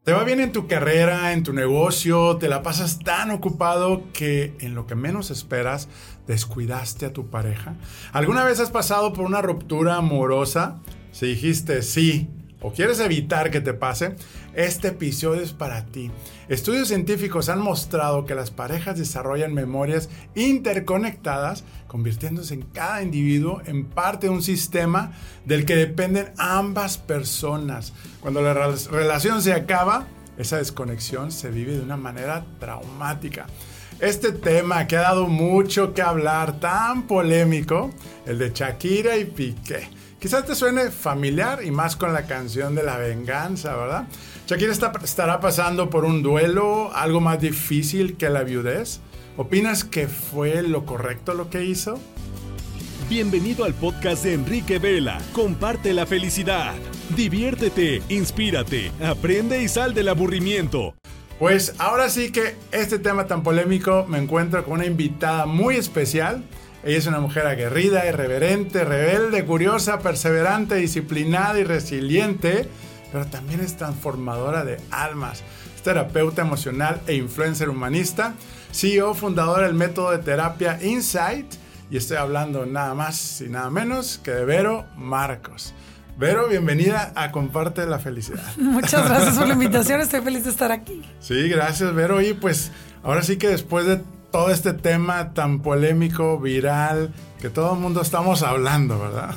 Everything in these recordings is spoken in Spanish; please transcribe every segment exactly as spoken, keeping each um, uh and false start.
Te va bien en tu carrera, en tu negocio, te la pasas tan ocupado que en lo que menos esperas descuidaste a tu pareja. ¿Alguna vez has pasado por una ruptura amorosa? Si dijiste sí o quieres evitar que te pase, este episodio es para ti. Estudios científicos han mostrado que las parejas desarrollan memorias interconectadas, convirtiéndose en cada individuo en parte de un sistema del que dependen ambas personas. Cuando la relación se acaba, esa desconexión se vive de una manera traumática. Este tema que ha dado mucho que hablar, tan polémico, el de Shakira y Piqué. Quizás te suene familiar y más con la canción de la venganza, ¿verdad? Shakira está, estará pasando por un duelo, algo más difícil que la viudez. ¿Opinas que fue lo correcto lo que hizo? Bienvenido al podcast de Enrique Vela. Comparte la felicidad. Diviértete, inspírate, aprende y sal del aburrimiento. Pues ahora sí que este tema tan polémico me encuentro con una invitada muy especial. Ella es una mujer aguerrida, irreverente, rebelde, curiosa, perseverante, disciplinada y resiliente, pero también es transformadora de almas. Es terapeuta emocional e influencer humanista, C E O, fundadora del método de terapia Insight, y estoy hablando nada más y nada menos que de Vero Marcos. Vero, bienvenida a Comparte la Felicidad. Muchas gracias por la invitación, estoy feliz de estar aquí. Sí, gracias, Vero. Y pues ahora sí que después de todo este tema tan polémico, viral, que todo el mundo estamos hablando, ¿verdad?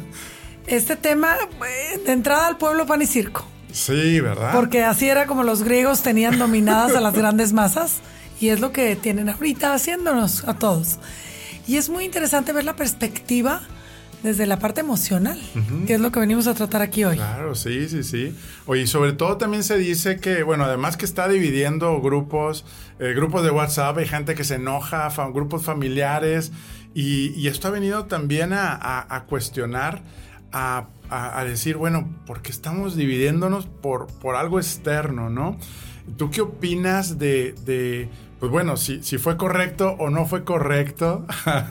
Este tema, de entrada al pueblo, pan y circo. Sí, ¿verdad? Porque así era como los griegos tenían dominadas a las grandes masas, y es lo que tienen ahorita haciéndonos a todos. Y es muy interesante ver la perspectiva desde la parte emocional, uh-huh. que es lo que venimos a tratar aquí hoy. Claro, sí, sí, sí. Oye, sobre todo también se dice que, bueno, además que está dividiendo grupos, eh, grupos de WhatsApp, hay gente que se enoja, fa- grupos familiares, y, y esto ha venido también a, a, a cuestionar, a, a, a decir, bueno, ¿por qué estamos dividiéndonos por, por algo externo, no? ¿Tú qué opinas de... de pues bueno, si, si fue correcto o no fue correcto,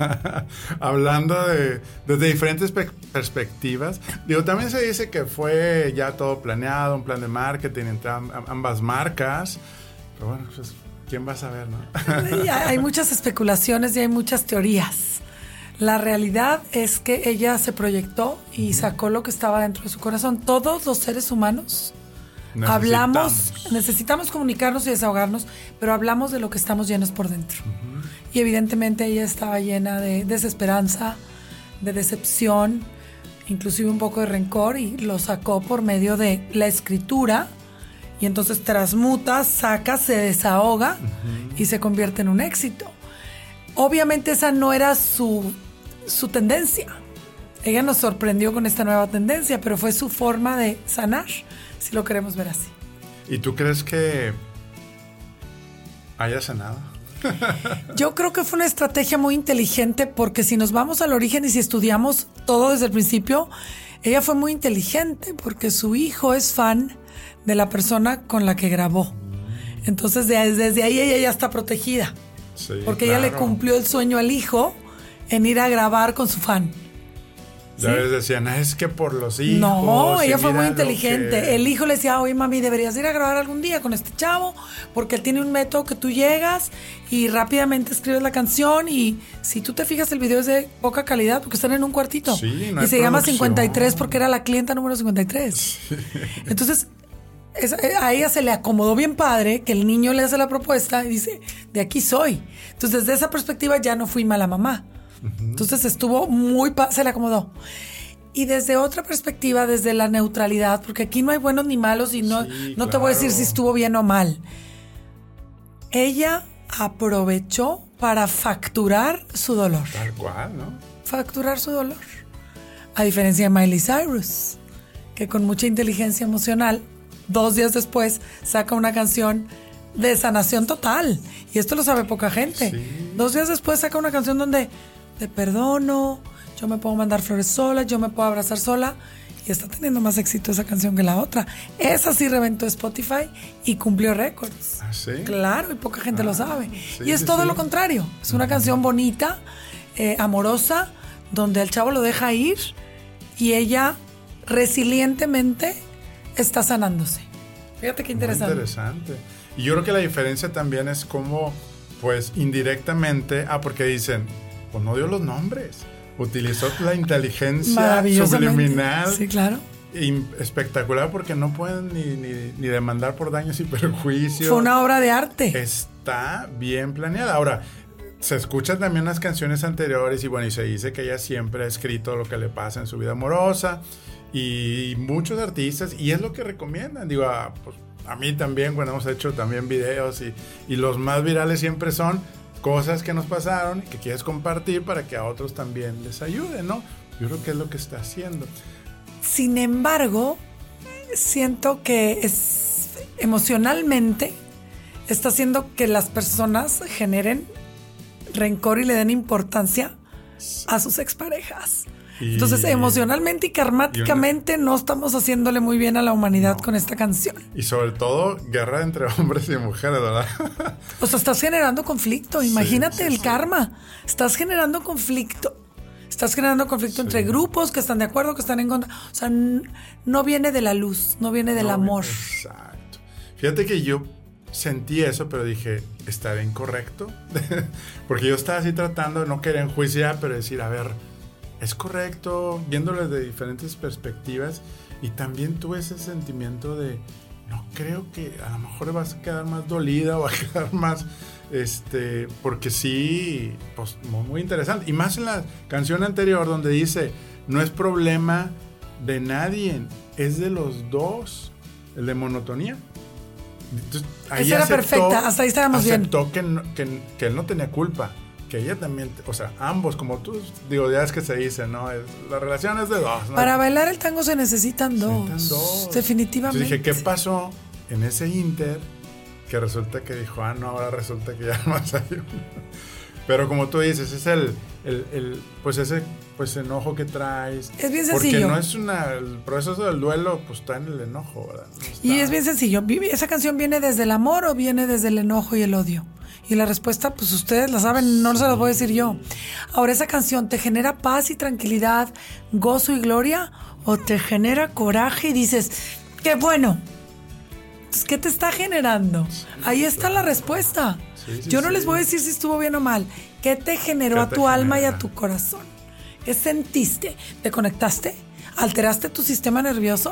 hablando de, desde diferentes pe- perspectivas? Digo, también se dice que fue ya todo planeado, un plan de marketing entre amb- ambas marcas, pero bueno, pues, ¿quién va a saber, no? Hay muchas especulaciones y hay muchas teorías. La realidad es que ella se proyectó y sacó lo que estaba dentro de su corazón. Todos los seres humanos Necesitamos. Hablamos, necesitamos comunicarnos y desahogarnos, pero hablamos de lo que estamos llenos por dentro. Uh-huh. Y evidentemente ella estaba llena de desesperanza, de decepción, inclusive un poco de rencor, y lo sacó por medio de la escritura, y entonces transmuta, saca, se desahoga, uh-huh. y se convierte en un éxito. Obviamente esa no era su, su tendencia. Ella nos sorprendió con esta nueva tendencia, pero fue su forma de sanar, si lo queremos ver así. ¿Y tú crees que haya sanado? Yo creo que fue una estrategia muy inteligente, porque si nos vamos al origen y si estudiamos todo desde el principio, ella fue muy inteligente porque su hijo es fan de la persona con la que grabó. Entonces desde ahí ella ya está protegida, sí, porque claro. Ella le cumplió el sueño al hijo en ir a grabar con su fan. Ya les decían, es que por los hijos. No, ella fue muy inteligente. Que... El hijo le decía, oye mami, deberías ir a grabar algún día con este chavo, porque él tiene un método que tú llegas y rápidamente escribes la canción, y si tú te fijas el video es de poca calidad porque están en un cuartito. Sí, no y se llama cincuenta y tres porque era la clienta número cincuenta y tres. Sí. Entonces, es, a ella se le acomodó bien padre que el niño le hace la propuesta y dice, de aquí soy. Entonces, desde esa perspectiva ya no fui mala mamá. Uh-huh. Entonces estuvo muy... Pa- se le acomodó. Y desde otra perspectiva, desde la neutralidad, porque aquí no hay buenos ni malos y no, sí, no claro. Te voy a decir si estuvo bien o mal. Ella aprovechó para facturar su dolor. Tal cual, ¿no? Facturar su dolor. A diferencia de Miley Cyrus, que con mucha inteligencia emocional, dos días después, saca una canción de sanación total. Y esto lo sabe poca gente. Sí. Dos días después saca una canción donde te perdono, yo me puedo mandar flores sola, yo me puedo abrazar sola, y está teniendo más éxito esa canción que la otra. Esa sí reventó Spotify y cumplió récords. ¿Ah, sí? Claro, y poca gente ah, lo sabe. Sí, y es sí, todo sí. lo contrario. Es una uh-huh. canción bonita, eh, amorosa, donde el chavo lo deja ir y ella resilientemente está sanándose. Fíjate qué interesante. Muy interesante. Y yo creo que la diferencia también es cómo, pues, indirectamente, ah, porque dicen, pues no dio los nombres. Utilizó la inteligencia subliminal. Sí, claro. Espectacular, porque no pueden ni, ni, ni demandar por daños y perjuicios. Fue una obra de arte. Está bien planeada. Ahora, se escuchan también las canciones anteriores y bueno, y se dice que ella siempre ha escrito lo que le pasa en su vida amorosa y muchos artistas, y es lo que recomiendan. Digo, a, pues, a mí también, cuando hemos hecho también videos y, y los más virales siempre son cosas que nos pasaron y que quieres compartir para que a otros también les ayude, ¿no? Yo creo que es lo que está haciendo. Sin embargo, siento que es emocionalmente está haciendo que las personas generen rencor y le den importancia a sus exparejas. Y, Entonces, emocionalmente y karmáticamente y una, no estamos haciéndole muy bien a la humanidad no. con esta canción. Y sobre todo, guerra entre hombres y mujeres, ¿verdad? O sea, estás generando conflicto. Imagínate sí, sí, el sí. karma. Estás generando conflicto. Estás generando conflicto sí. entre grupos que están de acuerdo, que están en contra. O sea, no viene de la luz, no viene del no, amor. Exacto. Fíjate que yo sentí eso, pero dije, ¿estaré incorrecto? Porque yo estaba así tratando, no querer enjuiciar, pero decir, a ver, ¿es correcto? Viéndolo desde diferentes perspectivas. Y también tuve ese sentimiento de, no creo que a lo mejor vas a quedar más dolida o a quedar más... Este, porque sí, pues muy, muy interesante. Y más en la canción anterior donde dice, no es problema de nadie, es de los dos, el de monotonía. Entonces, ahí esa era aceptó, perfecta, hasta ahí estábamos aceptó bien. Que, no, que, que él no tenía culpa, que ella también, o sea, ambos, como tú, digo, ya es que se dice, ¿no? Es, la relación es de dos, ¿no? Para bailar el tango se necesitan dos, necesitan dos. Definitivamente. Entonces dije, ¿qué pasó en ese inter? Que resulta que dijo, ah, no, ahora resulta que ya más hay uno. Pero como tú dices, es el, el, el pues ese pues enojo que traes. Es bien sencillo. Porque no es una, el proceso del duelo, pues está en el enojo, ¿verdad? No está... Y es bien sencillo. ¿Esa canción viene desde el amor o viene desde el enojo y el odio? Y la respuesta, pues ustedes la saben, no se las voy a decir yo. Ahora, ¿esa canción te genera paz y tranquilidad, gozo y gloria? ¿O te genera coraje y dices, qué bueno? ¿Qué te está generando? Sí, Ahí está claro. la respuesta. Sí, sí, Yo no sí. les voy a decir si estuvo bien o mal. ¿Qué te generó ¿Qué a tu genera? alma y a tu corazón? ¿Qué sentiste? ¿Te conectaste? ¿Alteraste tu sistema nervioso?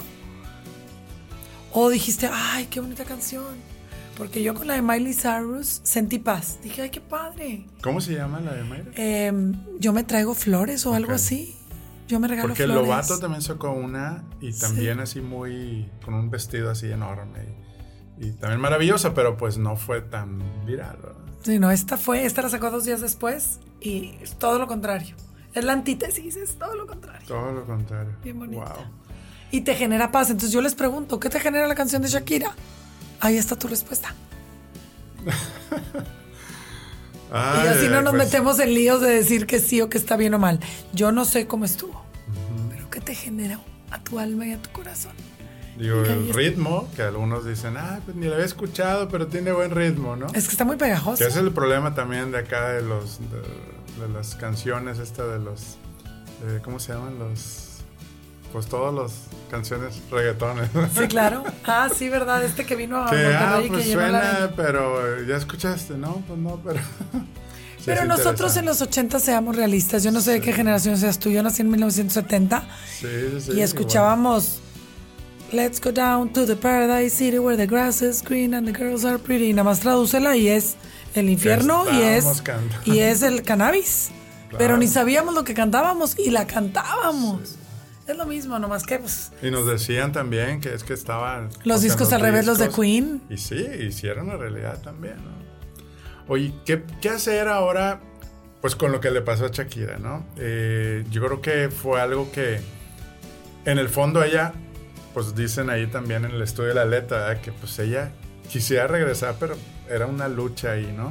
¿O dijiste, ay, qué bonita canción? Porque yo con la de Miley Cyrus sentí paz. Dije, ay, qué padre. ¿Cómo se llama la de Miley? Eh, yo me traigo flores o okay. algo así. Yo me regalo Porque flores. Porque el Lovato también sacó una y también sí. así muy, con un vestido así enorme. Y también maravillosa, pero pues no fue tan viral, ¿verdad? Sí, no, esta fue, esta la sacó dos días después y es todo lo contrario. Es la antítesis, es todo lo contrario. Todo lo contrario. Bien bonita. Wow. Y te genera paz. Entonces yo les pregunto, ¿qué te genera la canción de Shakira? Ahí está tu respuesta. Ay, y así no nos pues... metemos en líos de decir que sí o que está bien o mal. Yo no sé cómo estuvo, uh-huh. pero ¿qué te generó a tu alma y a tu corazón? Digo, el ritmo, que algunos dicen, ah, pues ni lo había escuchado, pero tiene buen ritmo, ¿no? Es que está muy pegajoso. Que ese es el problema también de acá de los de, de las canciones, esta de los, eh, ¿cómo se llaman? Los, pues todas las canciones reggaetones. Sí, claro. Ah, sí, ¿verdad? Este que vino a que, Monterrey ah, y pues que suena, la... pero ya escuchaste, ¿no? Pues no, pero... sí, pero nosotros en los ochenta seamos realistas. Yo no sé sí. de qué generación seas tú. Yo nací en mil novecientos setenta sí, sí, y escuchábamos... Igual. Let's go down to the paradise city where the grass is green and the girls are pretty. Y nada más tradúcela y es el infierno y es, y es el cannabis. Claro. Pero ni sabíamos lo que cantábamos y la cantábamos. Sí. Es lo mismo, nomás que pues... Y nos decían también que es que estaban... Los discos al revés, discos, los de Queen. Y sí, hicieron la realidad también, ¿no? Oye, ¿qué, qué hacer ahora? Pues con lo que le pasó a Shakira, ¿no? Eh, yo creo que fue algo que en el fondo ella... Pues dicen ahí también en el estudio de la letra, ¿eh? Que pues ella quisiera regresar, pero era una lucha ahí, ¿no?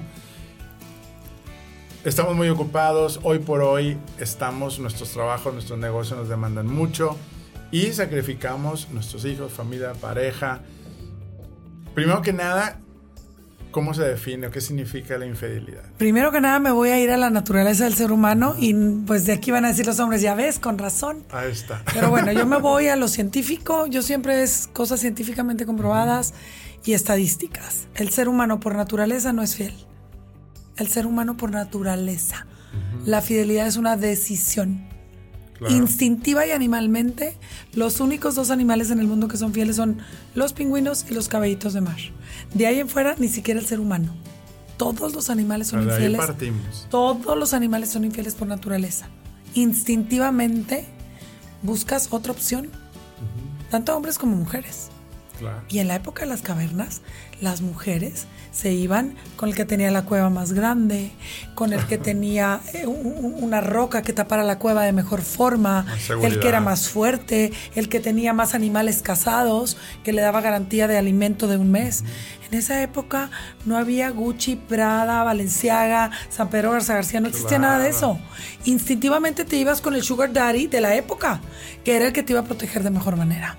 Estamos muy ocupados, hoy por hoy estamos, nuestros trabajos, nuestros negocios nos demandan mucho y sacrificamos nuestros hijos, familia, pareja. Primero que nada, ¿cómo se define o qué significa la infidelidad? Primero que nada me voy a ir a la naturaleza del ser humano y pues de aquí van a decir los hombres, ya ves, con razón. Ahí está. Pero bueno, yo me voy a lo científico, yo siempre es cosas científicamente comprobadas y estadísticas. El ser humano por naturaleza no es fiel. El ser humano por naturaleza. Uh-huh. La fidelidad es una decisión. Claro. Instintiva y animalmente, los únicos dos animales en el mundo que son fieles son los pingüinos y los caballitos de mar. De ahí en fuera, ni siquiera el ser humano. Todos los animales son Pero infieles. De ahí partimos. Todos los animales son infieles por naturaleza. Instintivamente buscas otra opción, uh-huh. tanto hombres como mujeres. Claro. Y en la época de las cavernas, las mujeres se iban con el que tenía la cueva más grande, con el que tenía eh, un, una roca que tapara la cueva de mejor forma, el que era más fuerte, el que tenía más animales cazados, que le daba garantía de alimento de un mes. Uh-huh. En esa época no había Gucci, Prada, Balenciaga, San Pedro Garza García, no existía claro. nada de eso. Instintivamente te ibas con el sugar daddy de la época, que era el que te iba a proteger de mejor manera.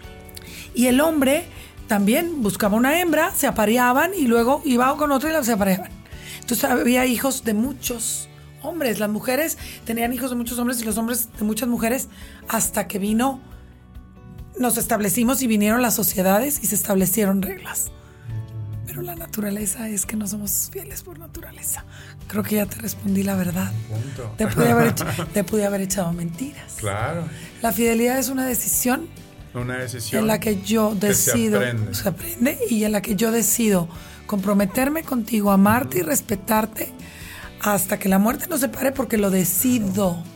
Y el hombre también buscaba una hembra, se apareaban y luego iba con otra y la se apareaban. Entonces había hijos de muchos hombres. Las mujeres tenían hijos de muchos hombres y los hombres de muchas mujeres hasta que vino, nos establecimos y vinieron las sociedades y se establecieron reglas. Pero la naturaleza es que no somos fieles por naturaleza. Creo que ya te respondí la verdad. Punto. Te pude haber, hecho, te pude haber echado mentiras. Claro. La fidelidad es una decisión. Una decisión en la que yo decido, que se aprende. se aprende y en la que yo decido comprometerme contigo, amarte uh-huh. y respetarte hasta que la muerte nos separe porque lo decido. Uh-huh.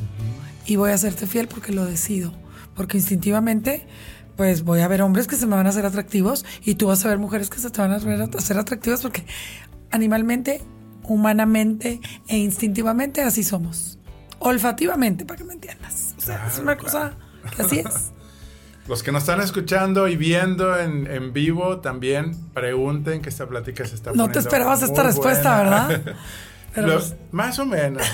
Y voy a serte fiel porque lo decido. Porque instintivamente, pues voy a ver hombres que se me van a hacer atractivos y tú vas a ver mujeres que se te van a hacer atractivas porque animalmente, humanamente e instintivamente así somos. Olfativamente, para que me entiendas. O sea, claro, es una cosa claro. que así es. Los que nos están escuchando y viendo en, en vivo también pregunten que esta plática se está poniendo. No te esperabas esta respuesta, buena. ¿verdad? Pero Lo, más o menos.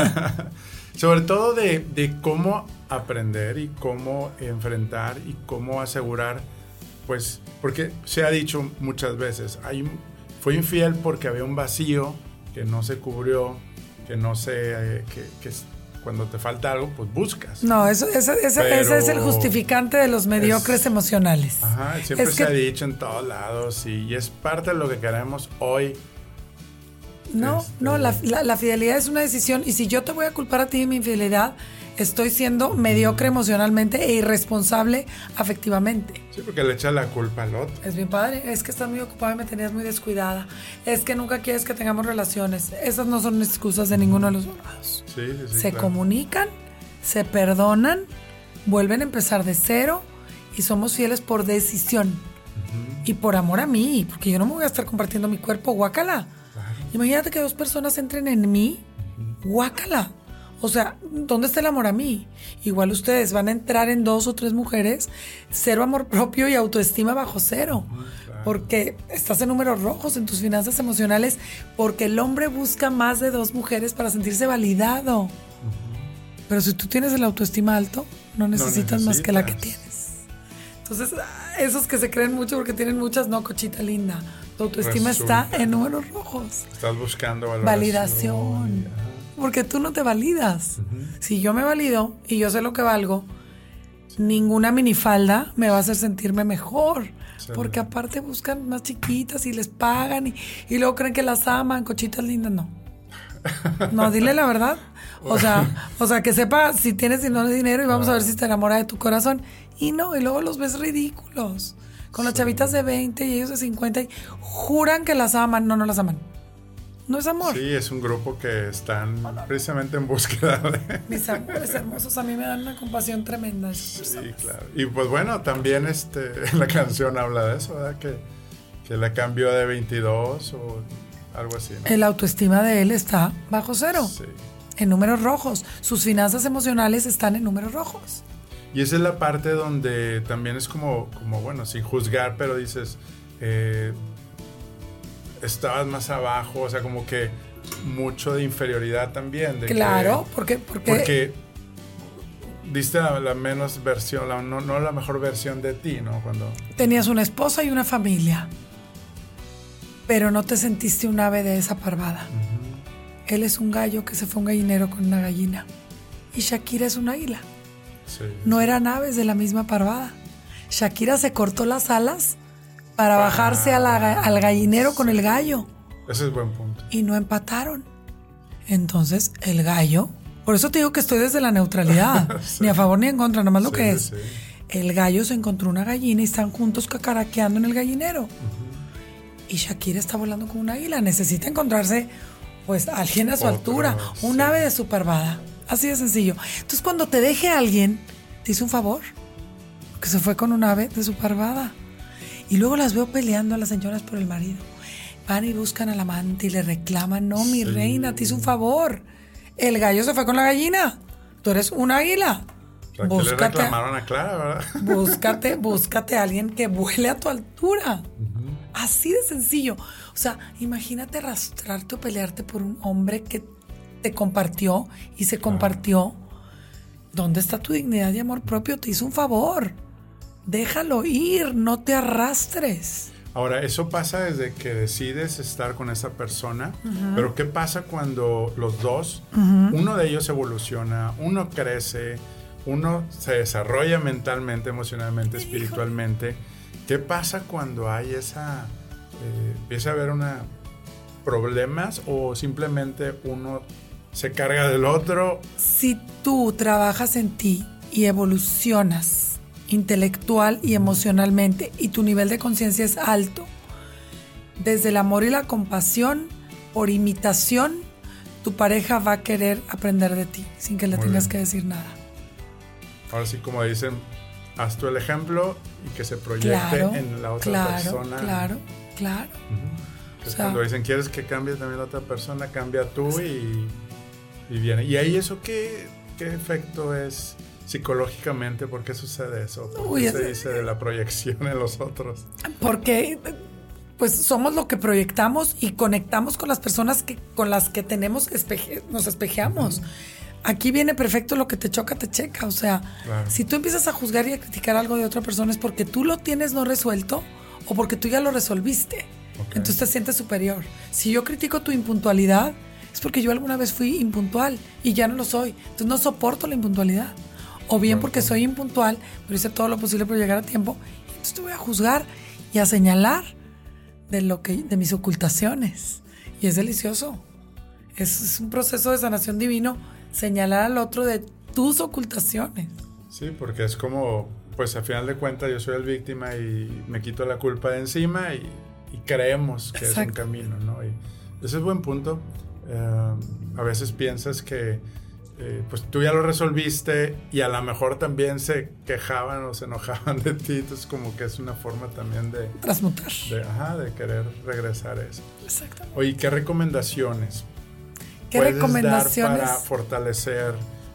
Sobre todo de, de cómo aprender y cómo enfrentar y cómo asegurar, pues, porque se ha dicho muchas veces, hay, fue infiel porque había un vacío que no se cubrió, que no se... Eh, que, que cuando te falta algo, pues buscas. No, eso, eso, eso, ese es el justificante de los mediocres es, emocionales. Ajá, siempre es se que, ha dicho en todos lados y, y es parte de lo que queremos hoy. No, este, no, la, la, la fidelidad es una decisión y si yo te voy a culpar a ti de mi infidelidad, estoy siendo mediocre emocionalmente e irresponsable afectivamente. Sí, porque le echas la culpa al otro. Es bien padre, es que estás muy ocupada y me tenías muy descuidada. Es que nunca quieres que tengamos relaciones. Esas no son excusas de ninguno de los dos lados. Sí, sí, sí, se claro. comunican, se perdonan, vuelven a empezar de cero y somos fieles por decisión. Uh-huh. Y por amor a mí, porque yo no me voy a estar compartiendo mi cuerpo, guácala. Claro. Imagínate que dos personas entren en mí, uh-huh. guácala. O sea, ¿dónde está el amor a mí? Igual ustedes van a entrar en dos o tres mujeres, cero amor propio y autoestima bajo cero. Uh-huh, claro. Porque estás en números rojos en tus finanzas emocionales, porque el hombre busca más de dos mujeres para sentirse validado. Uh-huh. Pero si tú tienes el autoestima alto, no necesitas, no necesitas más que la que tienes. Entonces, esos que se creen mucho porque tienen muchas, no, cochita linda. Tu autoestima Resulta. está en números rojos. Estás buscando valoración. Validación. Ajá. Porque tú no te validas. Uh-huh. Si yo me valido y yo sé lo que valgo, ninguna minifalda me va a hacer sentirme mejor. Sí. Porque aparte buscan más chiquitas y les pagan y, y luego creen que las aman, cochitas lindas, no. No, dile la verdad. O sea, o sea, que sepa si tienes y no tienes dinero y vamos no. a ver si te enamora de tu corazón. Y no, y luego los ves ridículos. Con las sí. chavitas de veinte y ellos de cincuenta y juran que las aman. No, no las aman. No es amor. Sí, es un grupo que están precisamente en búsqueda de... Mis amores hermosos, a mí me dan una compasión tremenda. Sí, claro. Y pues bueno, también este, la canción habla de eso, ¿verdad? Que, que la cambió de veintidós o algo así, ¿no? El autoestima de él está bajo cero. Sí. En números rojos. Sus finanzas emocionales están en números rojos. Y esa es la parte donde también es como, como bueno, sin juzgar, pero dices... Eh, estabas más abajo, o sea, como que mucho de inferioridad también. De claro, que, porque, porque... porque diste la, la menos versión, la, no, no la mejor versión de ti, ¿no? Cuando... Tenías una esposa y una familia. pero no te sentiste un ave de esa parvada. Uh-huh. Él es un gallo que se fue a un gallinero con una gallina. Y Shakira es un águila. Sí. No eran aves de la misma parvada. Shakira se cortó las alas para ah, bajarse a la, al gallinero sí. con el gallo. Ese es buen punto. Y no empataron. Entonces, el gallo... Por eso te digo que estoy desde la neutralidad. sí. Ni a favor ni en contra, nada más lo sí, que es. Sí. El gallo se encontró una gallina y están juntos cacaraqueando en el gallinero. Uh-huh. Y Shakira está volando con un águila. Necesita encontrarse, pues, alguien a su Otro, altura. Un sí. ave de su parvada. Así de sencillo. Entonces, cuando te deje alguien, te hizo un favor. Porque se fue con un ave de su parvada. Y luego las veo peleando a las señoras por el marido. Van y buscan al amante y le reclaman. No, mi sí. reina, te hizo un favor. El gallo se fue con la gallina. Tú eres un águila. O sea, búscate, le reclamaron a Clara, ¿verdad? Búscate, búscate a alguien que vuele a tu altura. Uh-huh. Así de sencillo. O sea, imagínate arrastrarte o pelearte por un hombre que te compartió y se compartió. Ah. ¿Dónde está tu dignidad y amor propio? Te hizo un favor. Déjalo ir, no te arrastres. Ahora, eso pasa desde que decides estar con esa persona, uh-huh. pero ¿qué pasa cuando los dos, uh-huh. uno de ellos evoluciona, uno crece, uno se desarrolla mentalmente, emocionalmente, espiritualmente? ¿Qué pasa cuando hay esa, eh, empieza a haber una problemas o simplemente uno se carga del otro? Si tú trabajas en ti y evolucionas intelectual y emocionalmente y tu nivel de conciencia es alto, desde el amor y la compasión, por imitación, tu pareja va a querer aprender de ti sin que le Muy tengas bien. que decir nada. Ahora sí, como dicen, haz tú el ejemplo y que se proyecte claro, en la otra claro, persona. Claro, claro. Uh-huh. O sea, cuando dicen, ¿quieres que cambie también la otra persona? Cambia tú y, y viene. ¿Y ahí eso qué, qué efecto es psicológicamente? ¿Por qué sucede eso? ¿Por qué Uy, se dice de la proyección en los otros? Porque pues somos lo que proyectamos y conectamos con las personas que, con las que tenemos espeje, nos espejeamos. Uh-huh. Aquí viene perfecto lo que te choca, te checa. O sea, claro. si tú empiezas a juzgar y a criticar algo de otra persona es porque tú lo tienes no resuelto o porque tú ya lo resolviste. Okay. Entonces te sientes superior. Si yo critico tu impuntualidad es porque yo alguna vez fui impuntual y ya no lo soy. Entonces no soporto la impuntualidad. O bien porque soy impuntual, pero hice todo lo posible por llegar a tiempo. Entonces te voy a juzgar y a señalar de, lo que, de mis ocultaciones. Y es delicioso. Es, es un proceso de sanación divino, señalar al otro de tus ocultaciones. Sí, porque es como, pues a final de cuentas yo soy el víctima y me quito la culpa de encima y, y creemos que Exacto. es un camino, ¿no? Y ese es buen punto. Uh, a veces piensas que Eh, pues tú ya lo resolviste y a lo mejor también se quejaban o se enojaban de ti, entonces como que es una forma también de transmutar, de, ajá, de querer regresar a eso. Exactamente. Oye, ¿qué recomendaciones ¿Qué puedes recomendaciones dar para fortalecer,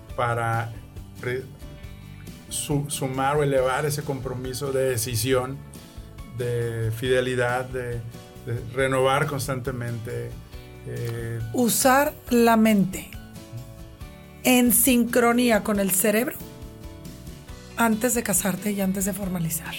para re, su, sumar o elevar ese compromiso de decisión, de fidelidad, de, de renovar constantemente? Eh, Usar la mente en sincronía con el cerebro antes de casarte y antes de formalizar.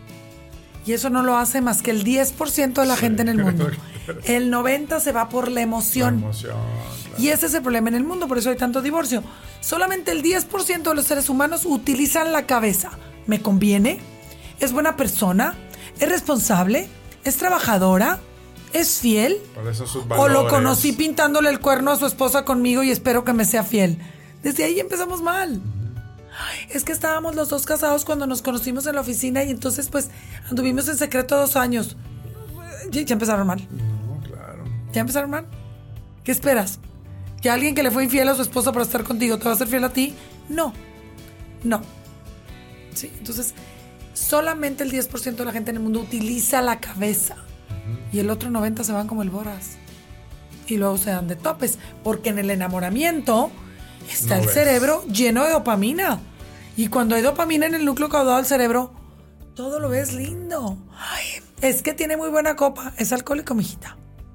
Y eso no lo hace más que el diez por ciento de la sí. gente en el mundo. El noventa por ciento se va por la emoción. La emoción, claro. Y ese es el problema en el mundo, por eso hay tanto divorcio. Solamente el diez por ciento de los seres humanos utilizan la cabeza. ¿Me conviene? ¿Es buena persona? ¿Es responsable? ¿Es trabajadora? ¿Es fiel? ¿Cuáles son sus valores? O lo conocí pintándole el cuerno a su esposa conmigo y espero que me sea fiel. Desde ahí empezamos mal. Uh-huh. Ay, es que estábamos los dos casados cuando nos conocimos en la oficina y entonces pues anduvimos en secreto dos años. Ya, ya empezaron mal. No, claro. ¿Ya empezaron mal? ¿Qué esperas? ¿Que alguien que le fue infiel a su esposa para estar contigo te va a ser fiel a ti? No. No. Sí, entonces solamente el diez por ciento de la gente en el mundo utiliza la cabeza. Y el otro noventa por ciento se van como el Boras. Y luego se dan de topes. Porque en el enamoramiento está no el ves. cerebro lleno de dopamina. Y cuando hay dopamina en el núcleo caudado del cerebro, todo lo ves lindo. Ay, es que tiene muy buena copa. Es alcohólico, mijita.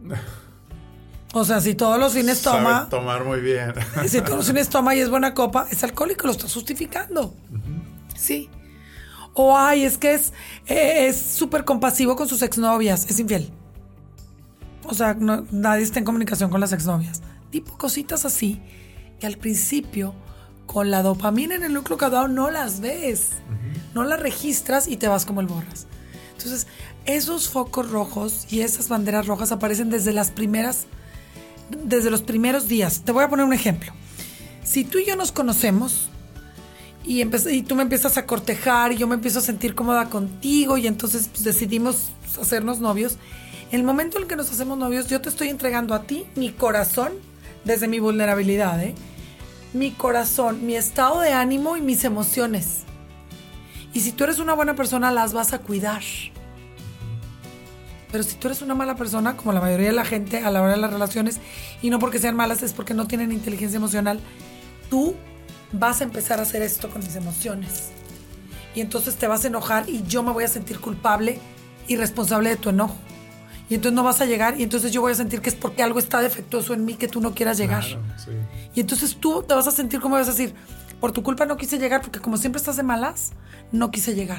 O sea, si todos los fines toma... Sabe tomar muy bien. Si todos los fines toma y es buena copa, es alcohólico. Lo estás justificando. Uh-huh. Sí. O ay, es que es es súper compasivo con sus exnovias. Es infiel. O sea, no, nadie está en comunicación con las exnovias. Tipo cositas así, que al principio, con la dopamina en el núcleo caudado, no las ves. Uh-huh. No las registras y te vas como el borras. Entonces, esos focos rojos y esas banderas rojas aparecen desde las primeras, desde los primeros días. Te voy a poner un ejemplo. Si tú y yo nos conocemos y, empe- y tú me empiezas a cortejar y yo me empiezo a sentir cómoda contigo y entonces pues, decidimos hacernos novios, en el momento en el que nos hacemos novios, yo te estoy entregando a ti mi corazón desde mi vulnerabilidad, ¿eh? Mi corazón, mi estado de ánimo y mis emociones. Y si tú eres una buena persona, las vas a cuidar. Pero si tú eres una mala persona, como la mayoría de la gente a la hora de las relaciones, y no porque sean malas, es porque no tienen inteligencia emocional, tú vas a empezar a hacer esto con mis emociones. Y entonces te vas a enojar y yo me voy a sentir culpable y responsable de tu enojo. Y entonces no vas a llegar y entonces yo voy a sentir que es porque algo está defectuoso en mí que tú no quieras llegar. Claro, sí. Y entonces tú te vas a sentir como vas a decir, por tu culpa no quise llegar porque como siempre estás de malas, no quise llegar.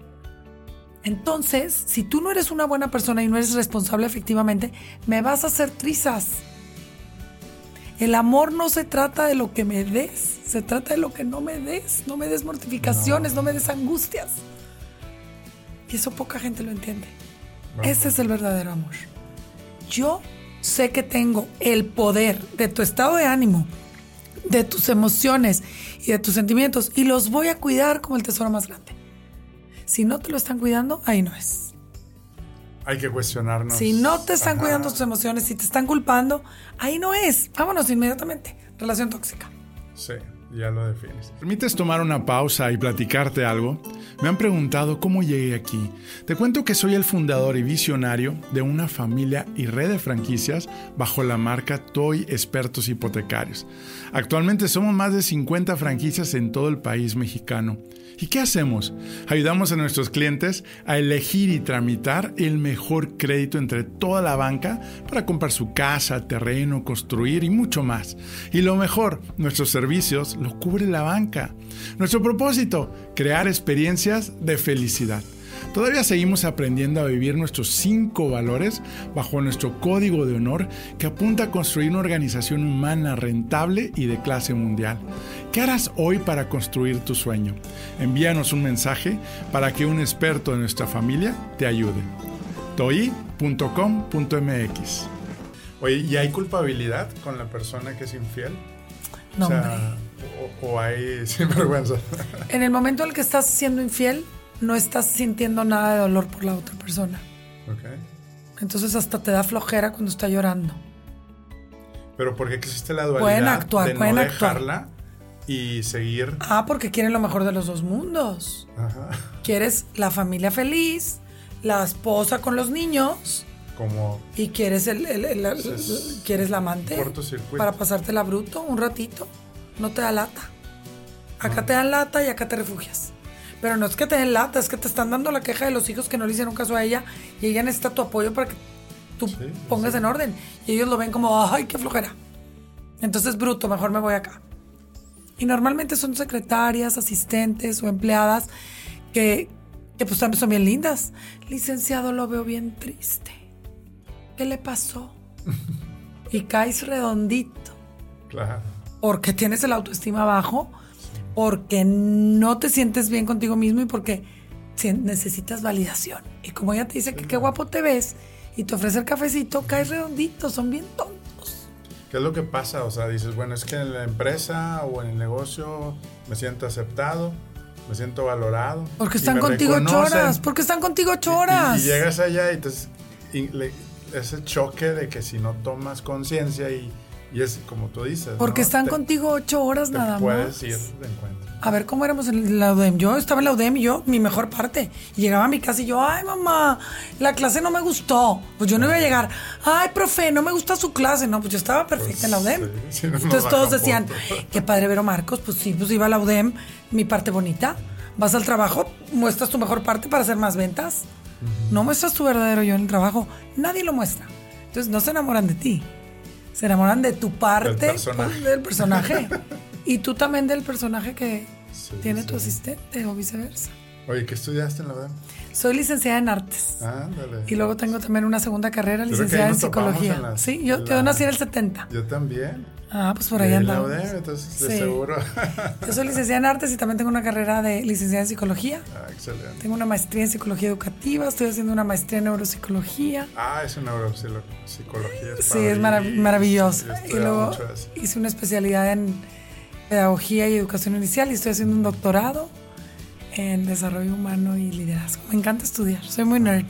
Entonces, si tú no eres una buena persona y no eres responsable efectivamente, me vas a hacer trizas. El amor no se trata de lo que me des, se trata de lo que no me des. No me des mortificaciones, no, no me des angustias. Y eso poca gente lo entiende. Bueno. Ese es el verdadero amor. Yo sé que tengo el poder de tu estado de ánimo, de tus emociones y de tus sentimientos y los voy a cuidar como el tesoro más grande. Si no te lo están cuidando, ahí no es. Hay que cuestionarnos. Si no te están Ajá. cuidando tus emociones, si te están culpando, ahí no es. Vámonos inmediatamente. Relación tóxica. Sí, ya lo defines. ¿Permites tomar una pausa y platicarte algo? Me han preguntado cómo llegué aquí. Te cuento que soy el fundador y visionario de una familia y red de franquicias bajo la marca Toy Expertos Hipotecarios. Actualmente somos más de cincuenta franquicias en todo el país mexicano. ¿Y qué hacemos? Ayudamos a nuestros clientes a elegir y tramitar el mejor crédito entre toda la banca para comprar su casa, terreno, construir y mucho más. Y lo mejor, nuestros servicios los cubre la banca. Nuestro propósito, crear experiencias de felicidad. Todavía seguimos aprendiendo a vivir nuestros cinco valores bajo nuestro código de honor que apunta a construir una organización humana rentable y de clase mundial. ¿Qué harás hoy para construir tu sueño? Envíanos un mensaje para que un experto de nuestra familia te ayude. toi punto com punto m x. Oye, ¿y hay culpabilidad con la persona que es infiel? No, o sea, o, o hay sinvergüenza. En el momento en el que estás siendo infiel, no estás sintiendo nada de dolor por la otra persona. Okay. Entonces hasta te da flojera cuando está llorando. Pero ¿por qué existe la dualidad pueden actuar, de pueden no actuar. dejarla y seguir? Ah, porque quieren lo mejor de los dos mundos. Ajá. Quieres la familia feliz, la esposa con los niños. Como y quieres el, el, el, el, el quieres la amante para pasártela bruto un ratito. No te da lata. Acá no. Te dan lata y acá te refugias. Pero no es que te den lata, es que te están dando la queja de los hijos que no le hicieron caso a ella y ella necesita tu apoyo para que tú sí, pongas sí. en orden. Y ellos lo ven como, ay, qué flojera. Entonces, bruto, mejor me voy acá. Y normalmente son secretarias, asistentes o empleadas que, que pues también son bien lindas. Licenciado, lo veo bien triste. ¿Qué le pasó? Y caes redondito. Claro. Porque tienes el autoestima bajo, porque no te sientes bien contigo mismo y porque necesitas validación. Y como ella te dice sí, que qué guapo te ves y te ofrece el cafecito, caes redondito, son bien tontos. ¿Qué es lo que pasa? O sea, dices, bueno, es que en la empresa o en el negocio me siento aceptado, me siento valorado. Porque están contigo ocho horas, porque están contigo ocho horas. Y, y, y llegas allá y, te, y le, ese choque de que si no tomas conciencia y Y es como tú dices, porque ¿no? están te, contigo ocho horas te nada puedes más. Puedes ir de encuentro. A ver, ¿cómo éramos en la U D E M? Yo estaba en la U D E M y yo, mi mejor parte. Y llegaba a mi casa y yo, ay, mamá, la clase no me gustó. Pues yo no iba a llegar, ay, profe, no me gusta su clase. No, pues yo estaba perfecta pues, en la U D E M. Sí, sí, no Entonces todos decían, punto. Qué padre ver a Marcos. Pues sí, pues iba a la U D E M, mi parte bonita. Vas al trabajo, muestras tu mejor parte para hacer más ventas. Uh-huh. No muestras tu verdadero yo en el trabajo. Nadie lo muestra. Entonces no se enamoran de ti. Se enamoran de tu parte personaje. del personaje. Y tú también del personaje que sí, tiene sí. tu asistente o viceversa. Oye, ¿qué estudiaste en la U D E M? Soy licenciada en artes. Ándale. Y luego tengo también una segunda carrera, Creo licenciada que ahí en nos topamos psicología. en la- Sí, yo, en yo la- nací en el setenta. Yo también. Ah, pues por ahí en la andamos. U D E M, entonces de Sí. seguro. Yo soy licenciada en artes y también tengo una carrera de licenciada en psicología. Ah, excelente. Tengo una maestría en psicología educativa, estoy haciendo una maestría en neuropsicología. Ah, es una neuropsicología. Sí, es marav- maravilloso. Yo he Y estudiado luego mucho eso. hice una especialidad en pedagogía y educación inicial y estoy haciendo un doctorado en desarrollo humano y liderazgo. Me encanta estudiar, soy muy nerd.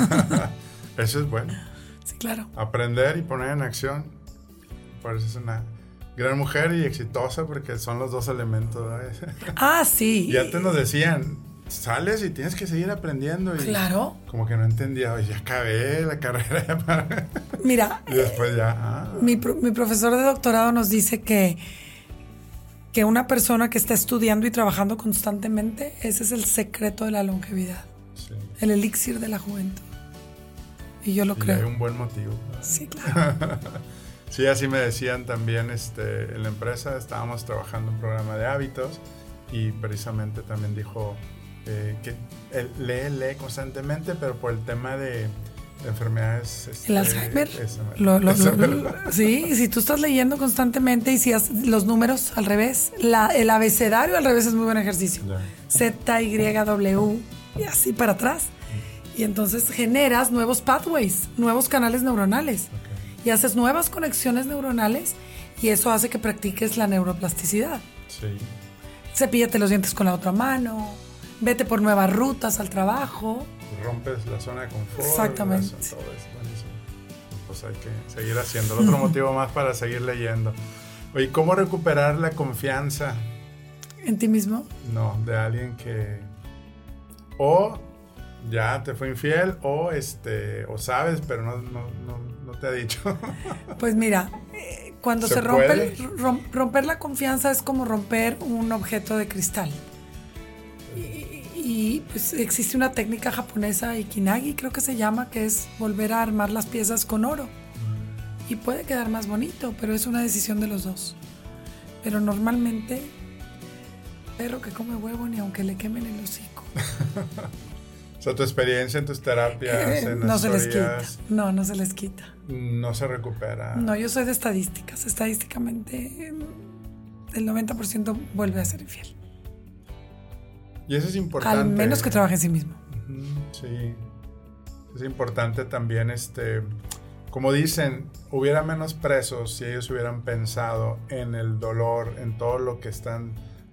Eso es bueno. Sí, claro. Aprender y poner en acción. Por eso es una gran mujer y exitosa porque son los dos elementos. ¿Verdad? Ah, sí. Y antes nos decían, sales y tienes que seguir aprendiendo. Y Claro. como que no entendía, oye, ya acabé la carrera. Mira, Y después ya, ah, mi, pro- mi profesor de doctorado nos dice que, que una persona que está estudiando y trabajando constantemente, ese es el secreto de la longevidad, sí. el elixir de la juventud. Y yo lo Y hay creo. un buen motivo. ¿verdad? Sí, claro. Sí, así me decían también este, en la empresa, estábamos trabajando un programa de hábitos y precisamente también dijo eh, que él lee, lee constantemente, pero por el tema de, de enfermedades... Este, El Alzheimer. esa- Lo- lo- esa- lo- lo- sí, si tú estás leyendo constantemente y si haces los números al revés, la, el abecedario al revés es muy buen ejercicio. Ya. Z, Y, W y así para atrás. Y entonces generas nuevos pathways, nuevos canales neuronales. Ok. Y haces nuevas conexiones neuronales y eso hace que practiques la neuroplasticidad. Sí. Cepíllate los dientes con la otra mano, vete por nuevas rutas al trabajo. Rompes la zona de confort. Exactamente. la- Todo eso, buenísimo. Pues hay que seguir haciendo. Otro motivo más para seguir leyendo. Oye, ¿cómo recuperar la confianza? ¿En ti mismo? No, de alguien que o ya te fue infiel o este o sabes, pero no, no, no, no te ha dicho. Pues mira, eh, cuando ¿Se se, rompe, puede? el- rom- romper la confianza es como romper un objeto de cristal. Y, y, pues existe una técnica japonesa, Ikinagi creo que se llama, que es volver a armar las piezas con oro. Y puede quedar más bonito, pero es una decisión de los dos. Pero normalmente, perro que come huevo ni aunque le quemen el hocico. O sea, tu experiencia en tus terapias, Eh, en no se les asesorías, quita. No, no se les quita. no se recupera. No, yo soy de estadísticas. Estadísticamente, el noventa por ciento vuelve a ser infiel. Y eso es importante. Al menos que trabaje en sí mismo. Ujú, sí. Es importante también, este, como dicen, hubiera menos presos si ellos hubieran pensado en el dolor, en todo lo que están,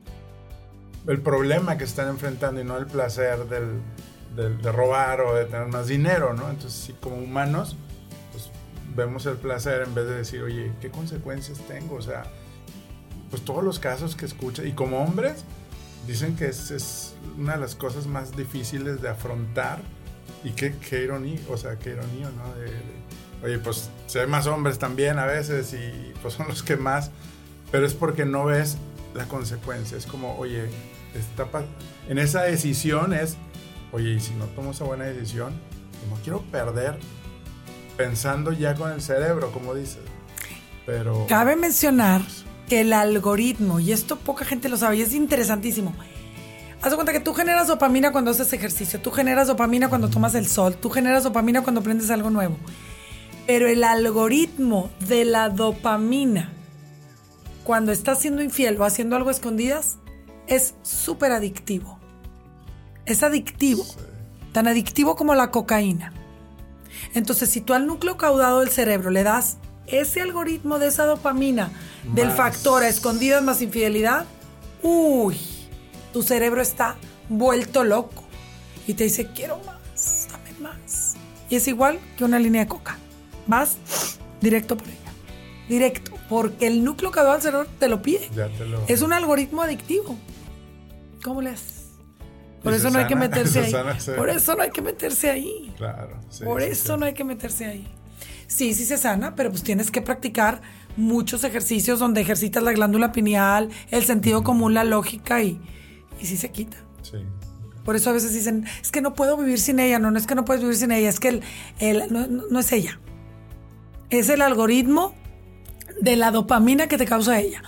el problema que están enfrentando y no el placer del, del- de robar o de tener más dinero, ¿no? Entonces, sí, como humanos, pues vemos el placer en vez de decir, oye, ¿qué consecuencias tengo? O sea, pues todos los casos que escuchas, y como hombres, dicen que es, es una de las cosas más difíciles de afrontar. Y qué, qué ironía, o sea, qué ironía, ¿no? De, de, oye, pues si hay más hombres también a veces y pues son los que más, pero es porque no ves la consecuencia. Es como, oye, está pa- en esa decisión es, oye, y si no tomo esa buena decisión, pues no quiero perder pensando ya con el cerebro, como dices. Pero... Cabe mencionar que el algoritmo, y esto poca gente lo sabe, y es interesantísimo. Haz de cuenta que tú generas dopamina cuando haces ejercicio, tú generas dopamina cuando tomas el sol, tú generas dopamina cuando aprendes algo nuevo. Pero el algoritmo de la dopamina, cuando estás siendo infiel o haciendo algo a escondidas, es súper adictivo. Es adictivo. Sí. Tan adictivo como la cocaína. Entonces, si tú al núcleo caudado del cerebro le das ese algoritmo de esa dopamina, del Más. factor a escondidas más infidelidad, uy, tu cerebro está vuelto loco y te dice, quiero más, dame más. Y es igual que una línea de coca. Vas directo por ella. Directo, porque el núcleo caudado del cerebro te lo pide. Ya te lo... Es un algoritmo adictivo. ¿Cómo le haces? Por Y eso no hay que Susana- meterse ahí. Susana se- Por eso no hay que meterse ahí. Claro. Sí, Por sí, eso sí. no hay que meterse ahí. Sí, sí se sana, pero pues tienes que practicar muchos ejercicios donde ejercitas la glándula pineal, el sentido común, la lógica y, y sí se quita. Sí. Por eso a veces dicen, es que no puedo vivir sin ella. No, no es que no puedes vivir sin ella, es que el, el- no, no- no es ella. Es el algoritmo de la dopamina que te causa ella.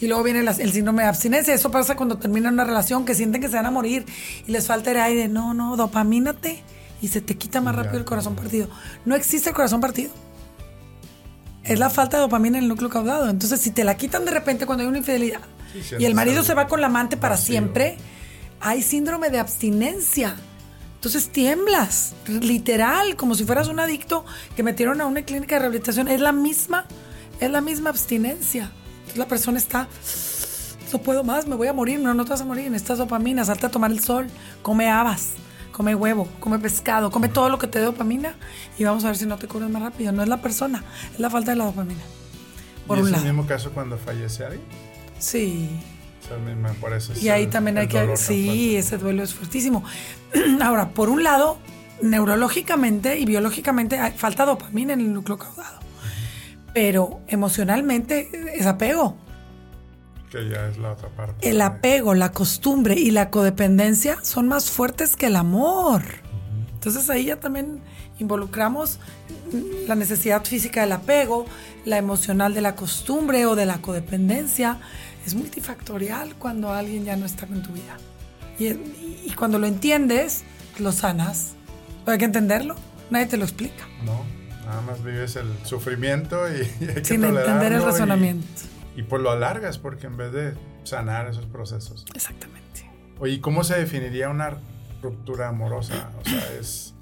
Y luego viene la, el síndrome de abstinencia. Eso pasa cuando terminan una relación, que sienten que se van a morir y les falta el aire. No, no, dopamínate y se te quita más rápido el corazón partido. No existe el corazón partido. Es la falta de dopamina en el núcleo caudado. Entonces, si te la quitan de repente cuando hay una infidelidad sí, y el marido se va con la amante para vacío. Siempre, hay síndrome de abstinencia. Entonces tiemblas, literal, como si fueras un adicto que metieron a una clínica de rehabilitación. Es la misma, es la misma abstinencia. Entonces la persona está, no puedo más, me voy a morir. No, no te vas a morir, necesitas dopamina, salte a tomar el sol, come habas, come huevo, come pescado, come todo lo que te dé dopamina y vamos a ver si no te curas más rápido. No es la persona, es la falta de la dopamina. Por ¿Y un es lado. el mismo caso cuando fallece alguien? Sí. Por eso y ahí el, también hay que... Sí, ese duelo es fuertísimo. Ahora, por un lado, neurológicamente y biológicamente hay, falta dopamina en el núcleo caudado. Uh-huh. Pero emocionalmente es apego. Que ya es la otra parte. El apego, la costumbre y la codependencia son más fuertes que el amor. Uh-huh. Entonces ahí ya también involucramos la necesidad física del apego, la emocional de la costumbre o de la codependencia. Es multifactorial cuando alguien ya no está en tu vida. Y, y, y cuando lo entiendes, lo sanas. Pero hay que entenderlo. Nadie te lo explica. No, nada más vives el sufrimiento y, y hay que sin entender el razonamiento. Y, y pues lo alargas porque en vez de sanar esos procesos. Exactamente. Oye, ¿cómo se definiría una ruptura amorosa? O sea, es...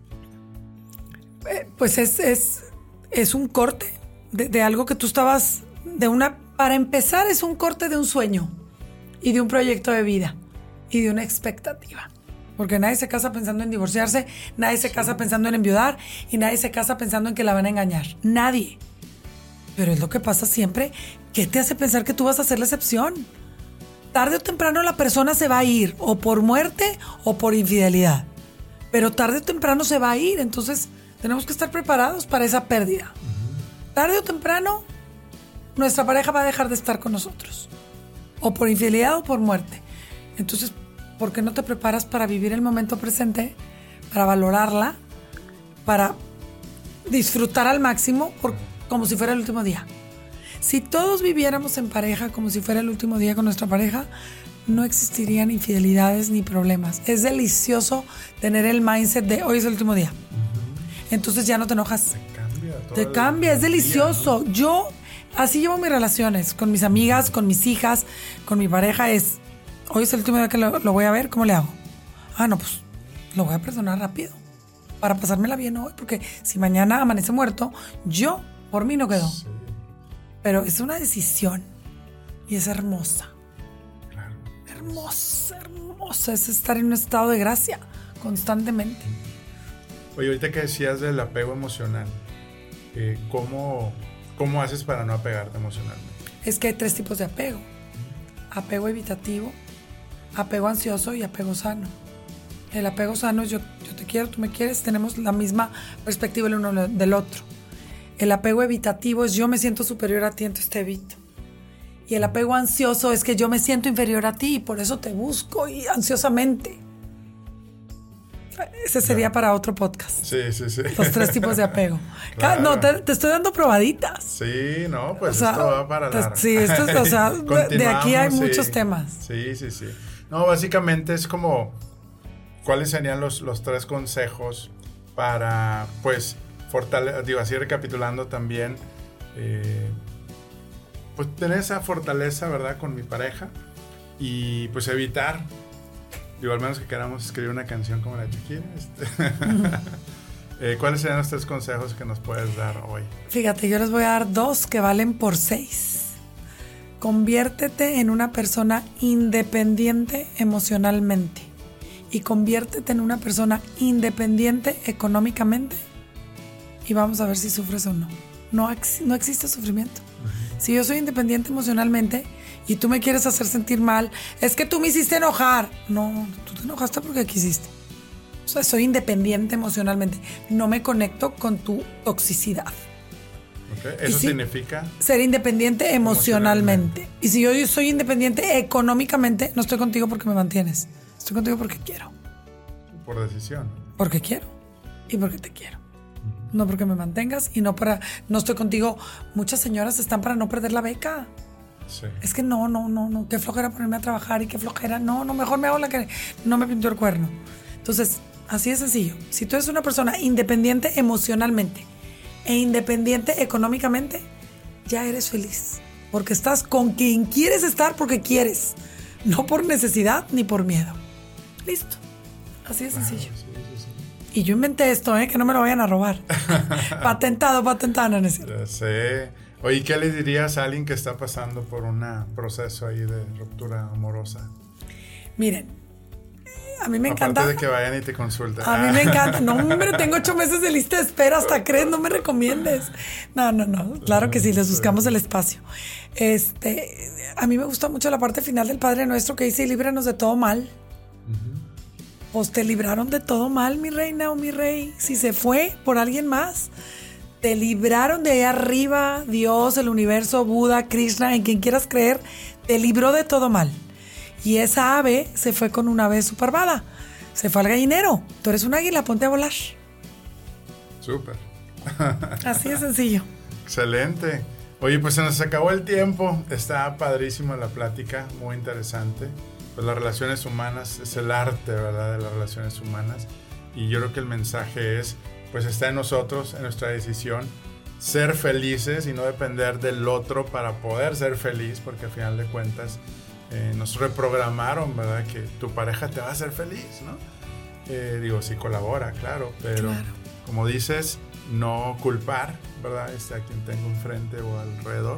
Eh, pues es, es, es un corte de, de algo que tú estabas... de una Para empezar, es un corte de un sueño y de un proyecto de vida y de una expectativa. Porque nadie se casa pensando en divorciarse, nadie se casa pensando en enviudar y nadie se casa pensando en que la van a engañar. Nadie. Pero es lo que pasa siempre. ¿Qué te hace pensar que tú vas a ser la excepción? Tarde o temprano la persona se va a ir, o por muerte o por infidelidad. Pero tarde o temprano se va a ir, entonces tenemos que estar preparados para esa pérdida. Tarde o temprano nuestra pareja va a dejar de estar con nosotros, o por infidelidad o por muerte. Entonces, ¿por qué no te preparas para vivir el momento presente, para valorarla, para disfrutar al máximo por, como si fuera el último día? Si todos viviéramos en pareja como si fuera el último día con nuestra pareja, no existirían infidelidades ni problemas. Es delicioso tener el mindset de hoy es el último día. Entonces ya no te enojas. Te cambia. Todo te cambia, es delicioso. Día, ¿no? Yo... Así llevo mis relaciones, con mis amigas, con mis hijas, con mi pareja. Es, hoy es el último día que lo, lo voy a ver, ¿cómo le hago? Ah, no, pues lo voy a perdonar rápido para pasármela bien hoy, porque si mañana amanece muerto, yo, por mí no quedo. Sí. Pero es una decisión y es hermosa. Claro. Hermosa, hermosa. Es estar en un estado de gracia constantemente. Oye, ahorita que decías del apego emocional, eh, ¿cómo... ¿Cómo haces para no apegarte emocionalmente? Es que hay tres tipos de apego. Apego evitativo, apego ansioso y apego sano. El apego sano es yo, yo te quiero, tú me quieres, tenemos la misma perspectiva el uno del otro. El apego evitativo es yo me siento superior a ti, entonces te evito. Y el apego ansioso es que yo me siento inferior a ti y por eso te busco y ansiosamente. Ese sería ya. Para otro podcast. Sí, sí, sí. Los tres tipos de apego. Claro. No, te, te estoy dando probaditas. Sí, no, pues o sea, esto va para largo. Sí, esto es, o sea, de aquí hay sí. muchos temas. Sí, sí, sí. No, básicamente es como, ¿cuáles serían los, los tres consejos para, pues, fortalecer, digo, así recapitulando también, eh, pues, tener esa fortaleza, ¿verdad?, con mi pareja y, pues, evitar... Digo, al menos que queramos escribir una canción como la Shakira. Este. Uh-huh. eh, ¿Cuáles serían los tres consejos que nos puedes dar hoy? Fíjate, yo les voy a dar dos que valen por seis. Conviértete en una persona independiente emocionalmente y conviértete en una persona independiente económicamente y vamos a ver si sufres o no. No, no existe sufrimiento. Uh-huh. Si yo soy independiente emocionalmente y tú me quieres hacer sentir mal, es que tú me hiciste enojar. No, tú te enojaste porque quisiste. O sea, soy independiente emocionalmente. No me conecto con tu toxicidad. Okay. ¿Eso si, significa? Ser independiente emocionalmente. emocionalmente. Y si yo, yo soy independiente económicamente, no estoy contigo porque me mantienes. Estoy contigo porque quiero. Por decisión. Porque quiero y porque te quiero. Uh-huh. No porque me mantengas y no para... No estoy contigo. Muchas señoras están para no perder la beca. Sí. Es que no, no, no, no, qué flojera ponerme a trabajar y qué flojera, no, no, mejor me hago la que no me pintó el cuerno. Entonces, así de sencillo. Si tú eres una persona independiente emocionalmente e independiente económicamente, ya eres feliz. Porque estás con quien quieres estar porque quieres, no por necesidad ni por miedo. Listo. Así de sencillo. Claro, sí, sí, sí. Y yo inventé esto, ¿eh? Que no me lo vayan a robar. Patentado, patentado, no, no es cierto. Ya sé. Oye, ¿qué le dirías a alguien que está pasando por un proceso ahí de ruptura amorosa? Miren, a mí me Aparte encanta. de que vayan y te consulten. A mí me encanta. No, hombre, tengo ocho meses de lista de espera, hasta crees, no me recomiendes. No, no, no. Claro que sí, les buscamos el espacio. Este, a mí me gusta mucho la parte final del Padre Nuestro que dice: líbranos de todo mal. Uh-huh. Pues te libraron de todo mal, mi reina o mi rey. Si se fue por alguien más, te libraron de ahí arriba, Dios, el universo, Buda, Krishna, en quien quieras creer, te libró de todo mal. Y esa ave se fue con una ave superbada. Se fue al gallinero. Tú eres un águila, ponte a volar. Súper. Así de sencillo. Excelente. Oye, pues se nos acabó el tiempo. Está padrísima la plática, muy interesante. Pues las relaciones humanas es el arte, ¿verdad?, de las relaciones humanas. Y yo creo que el mensaje es, pues está en nosotros, en nuestra decisión, ser felices y no depender del otro para poder ser feliz, porque al final de cuentas eh, nos reprogramaron, ¿verdad?, que tu pareja te va a hacer feliz, ¿no? Eh, digo, si colabora, claro, pero claro. Como dices, no culpar, ¿verdad?, este, a quien tengo enfrente o alrededor,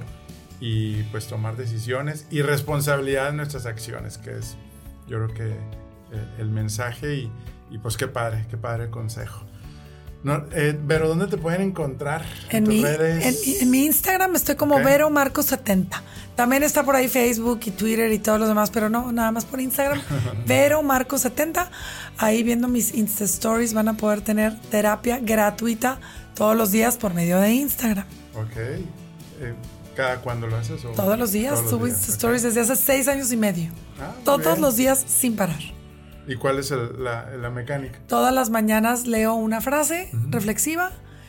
y pues tomar decisiones y responsabilidad en nuestras acciones, que es, yo creo que eh, el mensaje, y, y pues qué padre, qué padre consejo. No, eh, Vero, ¿dónde te pueden encontrar? En, en tus mi, redes. En, en mi Instagram estoy como Okay. Vero Marco setenta. También está por ahí Facebook y Twitter y todos los demás, pero no, nada más por Instagram. Vero Marco setenta. Ahí viendo mis Insta Stories van a poder tener terapia gratuita todos los días por medio de Instagram. Ok. Eh, ¿Cada cuándo lo haces? O todos los días. Todos los subo días. Insta Stories okay. desde hace seis años y medio. Ah, todos bien. Los días sin parar. ¿Y cuál es el, la, la mecánica? Todas las mañanas leo una frase uh-huh. reflexiva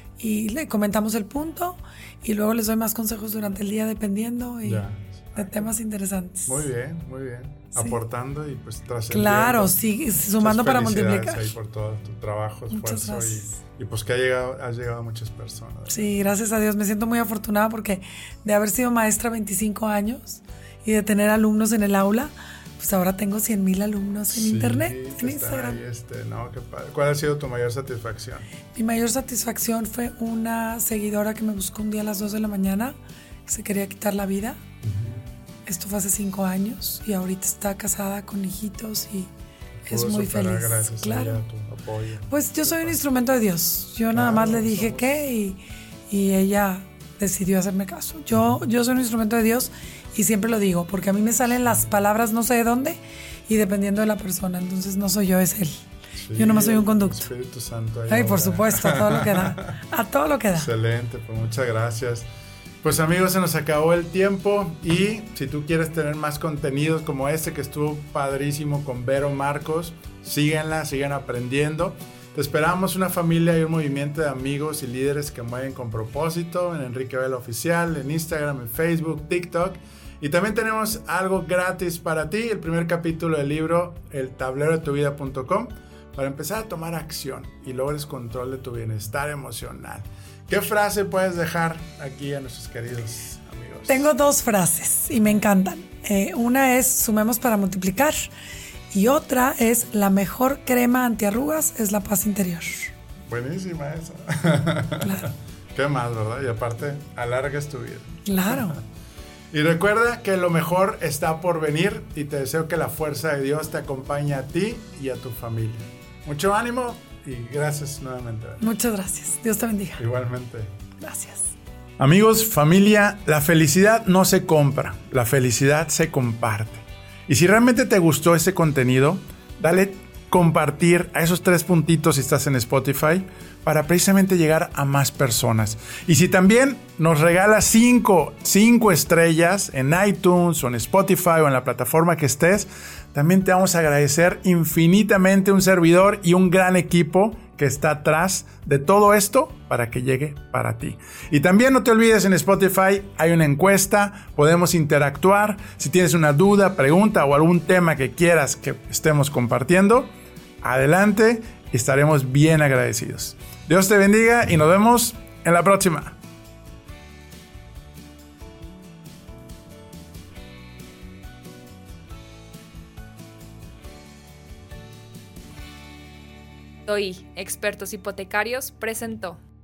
y le comentamos el punto y luego les doy más consejos durante el día dependiendo y ya. de temas interesantes. Muy bien, muy bien. Sí. Aportando y pues trascendiendo. Claro, sí, sumando para multiplicar. Ahí por todo tu trabajo, esfuerzo y, y pues que ha llegado, has llegado a muchas personas. Sí, gracias a Dios. Me siento muy afortunada porque de haber sido maestra veinticinco años y de tener alumnos en el aula, pues ahora tengo cien mil alumnos en sí, internet, en Instagram. Ahí, este, no, qué padre. ¿Cuál ha sido tu mayor satisfacción? Mi mayor satisfacción fue una seguidora que me buscó un día a las dos de la mañana, que se quería quitar la vida. Uh-huh. Esto fue hace cinco años y ahorita está casada con hijitos y es muy feliz. Gracias claro. a tu apoyo. Pues yo soy un instrumento de Dios. Yo nada claro, más le dije somos... qué y, y ella decidió hacerme caso. Yo, yo soy un instrumento de Dios. Y siempre lo digo, porque a mí me salen las palabras no sé de dónde y dependiendo de la persona. Entonces no soy yo, es él. Sí, yo nomás soy un conducto. Espíritu Santo. Ay, por supuesto, a todo lo que da. A todo lo que da. Excelente, pues muchas gracias. Pues amigos, se nos acabó el tiempo y si tú quieres tener más contenidos como este que estuvo padrísimo con Vero Marcos, síguenla, sigan aprendiendo. Te esperamos una familia y un movimiento de amigos y líderes que mueven con propósito en Enrique Vela Oficial, en Instagram, en Facebook, TikTok. Y también tenemos algo gratis para ti, el primer capítulo del libro el tablero de tu vida punto com, para empezar a tomar acción y logres control de tu bienestar emocional. ¿Qué frase puedes dejar aquí a nuestros queridos amigos? Tengo dos frases y me encantan. Eh, una es sumemos para multiplicar y otra es la mejor crema antiarrugas es la paz interior. Buenísima esa. Claro. ¿Qué más, verdad? Y aparte, alargas tu vida. Claro. Y recuerda que lo mejor está por venir y te deseo que la fuerza de Dios te acompañe a ti y a tu familia. Mucho ánimo y gracias nuevamente. Muchas gracias. Dios te bendiga. Igualmente. Gracias. Amigos, familia, la felicidad no se compra, la felicidad se comparte. Y si realmente te gustó este contenido, dale compartir a esos tres puntitos si estás en Spotify para precisamente llegar a más personas. Y si también nos regalas cinco, cinco estrellas en iTunes o en Spotify o en la plataforma que estés, también te vamos a agradecer infinitamente, un servidor y un gran equipo que está atrás de todo esto para que llegue para ti. Y también no te olvides, en Spotify hay una encuesta, podemos interactuar. Si tienes una duda, pregunta o algún tema que quieras que estemos compartiendo, adelante, estaremos bien agradecidos. Dios te bendiga y nos vemos en la próxima. Soy Expertos Hipotecarios presentó.